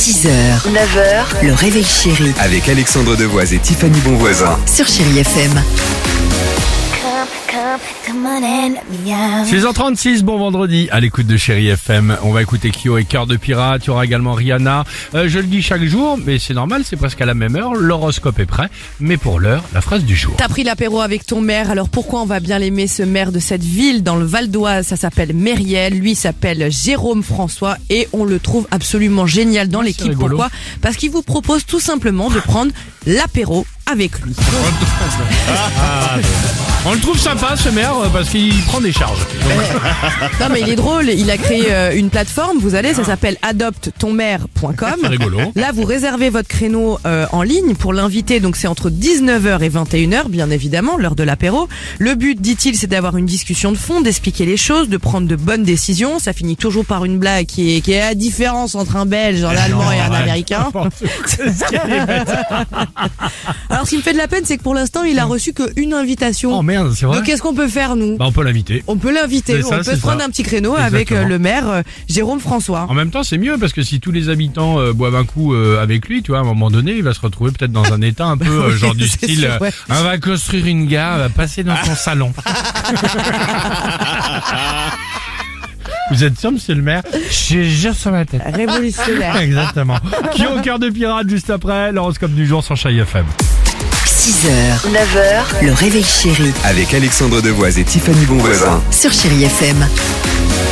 6h, 9h, le réveil chéri Avec Alexandre Devoise et Tiffany Bonvoisin. sur Chéri FM. Come on and let me out. 6h36, bon vendredi, à l'écoute de Chéri FM. On va écouter Kyo et Cœur de Pirate, il y aura également Rihanna. Je le dis chaque jour, mais c'est normal, c'est presque à la même heure, l'horoscope est prêt. Mais pour l'heure, la phrase du jour. T'as pris l'apéro avec ton maire, alors pourquoi on va bien l'aimer, ce maire de cette ville dans le Val d'Oise? Ça s'appelle Mériel, lui s'appelle Jérôme François et on le trouve absolument génial dans l'équipe. rigolo. Pourquoi? Parce qu'il vous propose tout simplement de prendre l'apéro avec lui. On le trouve sympa ce maire parce qu'il prend des charges. Non mais il est drôle, il a créé une plateforme, vous allez, ça s'appelle adoptetonmaire.com. C'est rigolo. Là vous réservez votre créneau en ligne pour l'inviter, donc c'est entre 19h et 21h bien évidemment, l'heure de l'apéro. Le but, dit-il, c'est d'avoir une discussion de fond, d'expliquer les choses, de prendre de bonnes décisions. Ça finit toujours par une blague qui est la différence entre un Belge, un Allemand et un Américain. Alors ce qui me fait de la peine, c'est que pour l'instant il a reçu qu'une invitation. Oh merde, c'est vrai. Donc qu'est-ce qu'on peut faire nous? Bah on peut l'inviter. On peut l'inviter, C'est ça, on peut c'est se prendre ça. un petit créneau avec Exactement. le maire Jérôme François. En même temps, c'est mieux parce que si tous les habitants boivent un coup avec lui, tu vois, à un moment donné, il va se retrouver peut-être dans un état un peu genre du c'est style, sûr, ouais. on va construire une gare, on va passer dans son salon. Vous êtes sûr, monsieur le maire? J'ai juste sur ma tête. Révolutionnaire. Exactement. Qui au Cœur de Pirate juste après, l'horoscope du jour sur Chéri FM. 6h, 9h, le réveil chéri Avec Alexandre Devoise et Tiffany Bonvoisin. sur Chéri FM.